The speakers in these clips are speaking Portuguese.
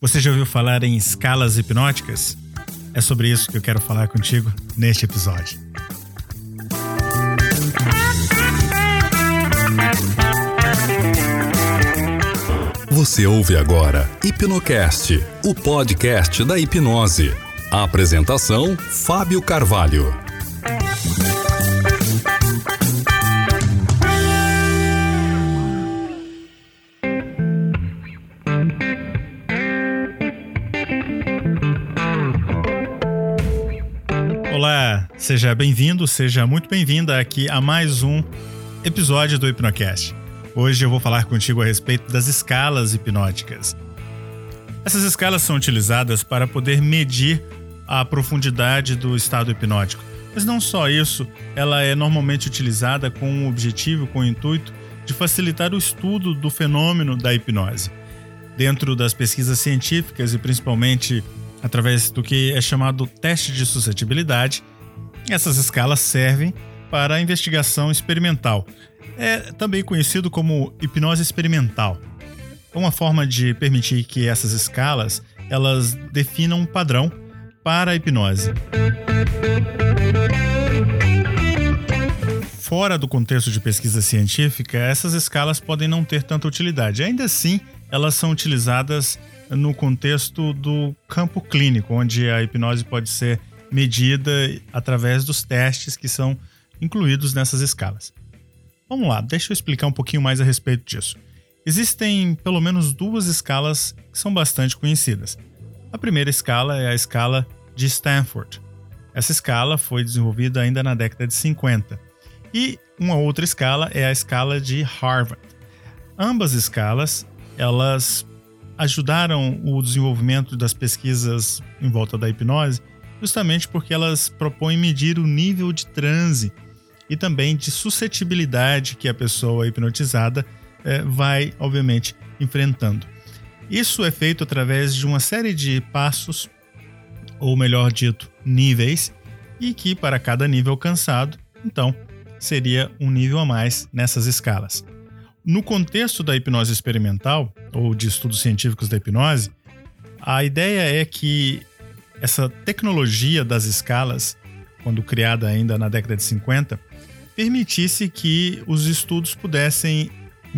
Você já ouviu falar em escalas hipnóticas? É sobre isso que eu quero falar contigo neste episódio. Você ouve agora Hipnocast, o podcast da hipnose. A apresentação, Fábio Carvalho. Olá, seja bem-vindo, seja muito bem-vinda aqui a mais um episódio do Hipnocast. Hoje eu vou falar contigo a respeito das escalas hipnóticas. Essas escalas são utilizadas para poder medir a profundidade do estado hipnótico. Mas não só isso, ela é normalmente utilizada com o objetivo, com o intuito de facilitar o estudo do fenômeno da hipnose. Dentro das pesquisas científicas e principalmente através do que é chamado teste de suscetibilidade, essas escalas servem para a investigação experimental. É também conhecido como hipnose experimental. É uma forma de permitir que essas escalas elas definam um padrão para a hipnose. Fora do contexto de pesquisa científica, essas escalas podem não ter tanta utilidade. Ainda assim, elas são utilizadas no contexto do campo clínico, onde a hipnose pode ser medida através dos testes que são incluídos nessas escalas. Vamos lá, deixa eu explicar um pouquinho mais a respeito disso. Existem pelo menos duas escalas que são bastante conhecidas. A primeira escala é a escala de Stanford. Essa escala foi desenvolvida ainda na década de 50. E uma outra escala é a escala de Harvard. Ambas escalas, elas ajudaram o desenvolvimento das pesquisas em volta da hipnose, justamente porque elas propõem medir o nível de transe e também de suscetibilidade que a pessoa hipnotizada vai, obviamente, enfrentando. Isso é feito através de uma série de passos, ou melhor dito, níveis, e que para cada nível alcançado, então, seria um nível a mais nessas escalas. No contexto da hipnose experimental, ou de estudos científicos da hipnose, a ideia é que essa tecnologia das escalas, quando criada ainda na década de 50, permitisse que os estudos pudessem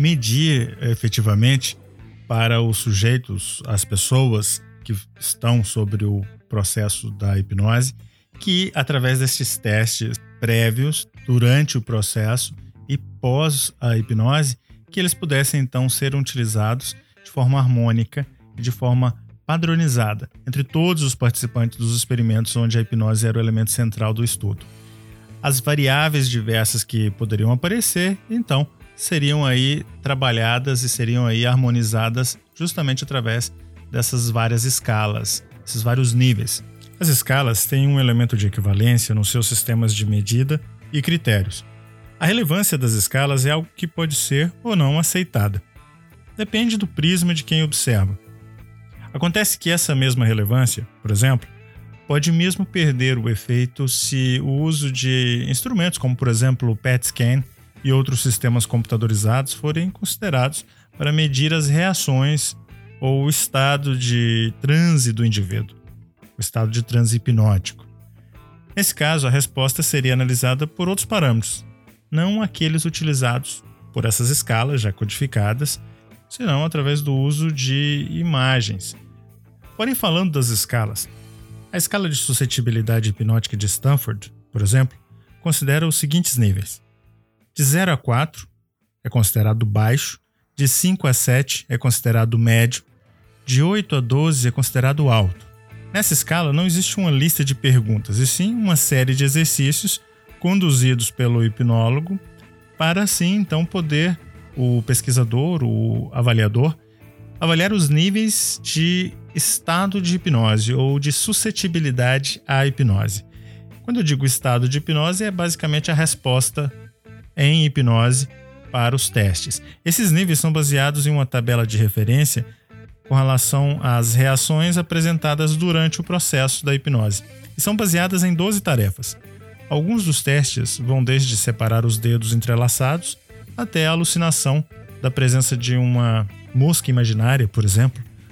medir efetivamente para os sujeitos, as pessoas que estão sobre o processo da hipnose, que através desses testes prévios, durante o processo e pós a hipnose, que eles pudessem então ser utilizados de forma harmônica e de forma padronizada entre todos os participantes dos experimentos onde a hipnose era o elemento central do estudo. As variáveis diversas que poderiam aparecer, então, seriam aí trabalhadas e seriam aí harmonizadas justamente através dessas várias escalas, esses vários níveis. As escalas têm um elemento de equivalência nos seus sistemas de medida e critérios. A relevância das escalas é algo que pode ser ou não aceitada. Depende do prisma de quem observa. Acontece que essa mesma relevância, por exemplo, pode mesmo perder o efeito se o uso de instrumentos como, por exemplo, o PET scan e outros sistemas computadorizados forem considerados para medir as reações ou o estado de transe do indivíduo, o estado de transe hipnótico. Nesse caso, a resposta seria analisada por outros parâmetros, não aqueles utilizados por essas escalas já codificadas, senão através do uso de imagens. Porém, falando das escalas, a escala de suscetibilidade hipnótica de Stanford, por exemplo, considera os seguintes níveis. De 0 a 4 é considerado baixo, de 5 a 7 é considerado médio, de 8 a 12 é considerado alto. Nessa escala não existe uma lista de perguntas, e sim uma série de exercícios conduzidos pelo hipnólogo para assim então poder o pesquisador, o avaliador, avaliar os níveis de estado de hipnose ou de suscetibilidade à hipnose. Quando eu digo estado de hipnose, é basicamente a resposta em hipnose para os testes. Esses níveis são baseados em uma tabela de referência com relação às reações apresentadas durante o processo da hipnose e são baseadas em 12 tarefas. Alguns dos testes vão desde separar os dedos entrelaçados até a alucinação da presença de uma mosca imaginária, por exemplo,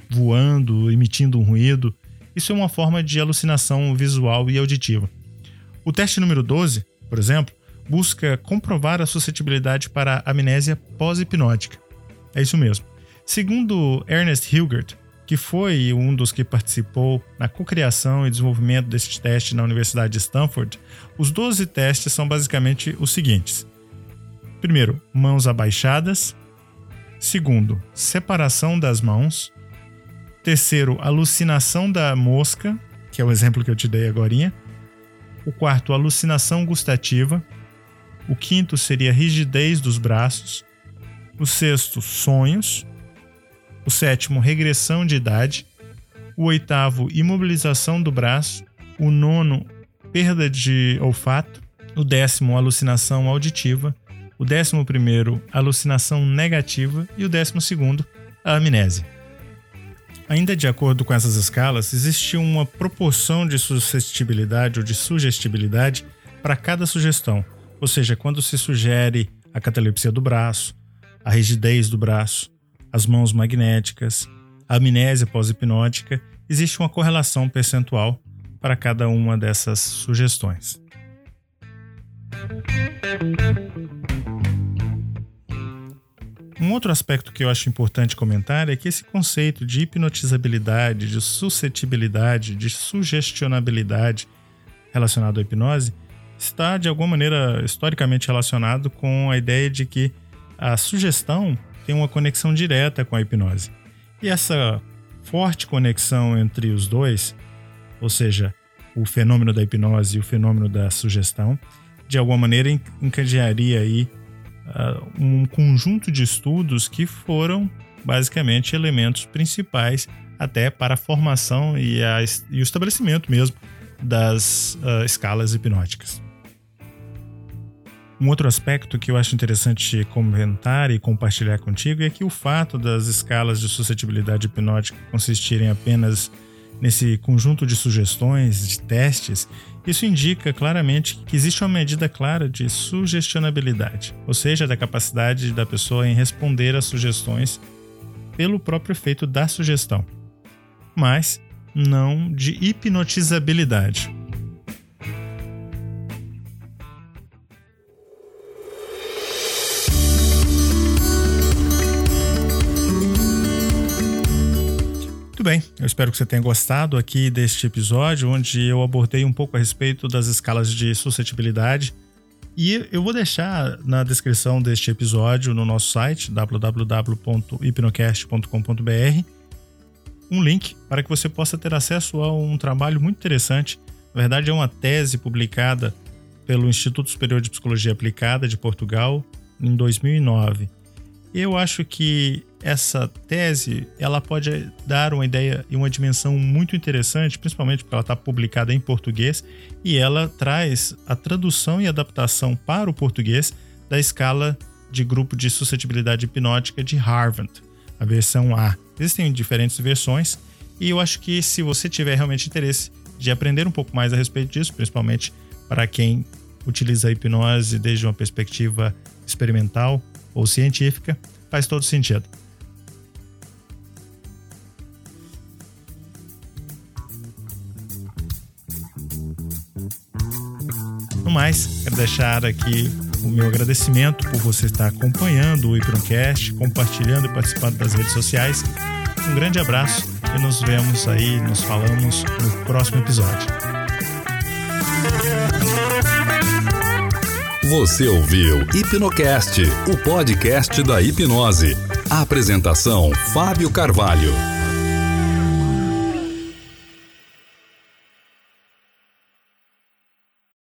voando, emitindo um ruído. Isso é uma forma de alucinação visual e auditiva. O teste número 12, por exemplo, busca comprovar a suscetibilidade para amnésia pós-hipnótica. É isso mesmo. Segundo Ernest Hilgert, que foi um dos que participou na cocriação e desenvolvimento deste teste na Universidade de Stanford, os 12 testes são basicamente os seguintes. Primeiro, mãos abaixadas. Segundo, separação das mãos. Terceiro, alucinação da mosca, que é o exemplo que eu te dei agorinha. O quarto, alucinação gustativa. O quinto seria rigidez dos braços. O sexto, sonhos. O sétimo, regressão de idade. O oitavo, imobilização do braço. O nono, perda de olfato. O 10º, alucinação auditiva. O 11º, alucinação negativa. E o 12º, a amnésia. Ainda de acordo com essas escalas, existe uma proporção de suscetibilidade ou de sugestibilidade para cada sugestão. Ou seja, quando se sugere a catalepsia do braço, a rigidez do braço, as mãos magnéticas, a amnésia pós-hipnótica, existe uma correlação percentual para cada uma dessas sugestões. Um outro aspecto que eu acho importante comentar é que esse conceito de hipnotizabilidade, de suscetibilidade, de sugestionabilidade relacionado à hipnose está, de alguma maneira, historicamente relacionado com a ideia de que a sugestão tem uma conexão direta com a hipnose. E essa forte conexão entre os dois, ou seja, o fenômeno da hipnose e o fenômeno da sugestão, de alguma maneira encadearia aí um conjunto de estudos que foram basicamente elementos principais até para a formação e o estabelecimento mesmo das escalas hipnóticas. Um outro aspecto que eu acho interessante comentar e compartilhar contigo é que o fato das escalas de suscetibilidade hipnótica consistirem apenas nesse conjunto de sugestões, de testes, isso indica claramente que existe uma medida clara de sugestionabilidade, ou seja, da capacidade da pessoa em responder às sugestões pelo próprio efeito da sugestão, mas não de hipnotizabilidade. Muito bem, eu espero que você tenha gostado aqui deste episódio, onde eu abordei um pouco a respeito das escalas de suscetibilidade. E eu vou deixar na descrição deste episódio, no nosso site, www.hipnocast.com.br, um link para que você possa ter acesso a um trabalho muito interessante. Na verdade, é uma tese publicada pelo Instituto Superior de Psicologia Aplicada de Portugal em 2009. Eu acho que essa tese ela pode dar uma ideia e uma dimensão muito interessante, principalmente porque ela está publicada em português e ela traz a tradução e adaptação para o português da escala de grupo de suscetibilidade hipnótica de Harvard, a versão A. Existem diferentes versões e eu acho que se você tiver realmente interesse de aprender um pouco mais a respeito disso, principalmente para quem utiliza a hipnose desde uma perspectiva experimental ou científica, faz todo sentido. No mais, quero deixar aqui o meu agradecimento por você estar acompanhando o Hipnocast, compartilhando e participando das redes sociais. Um grande abraço e nos vemos aí, nos falamos no próximo episódio. Você ouviu Hipnocast, o podcast da hipnose. A apresentação: Fábio Carvalho.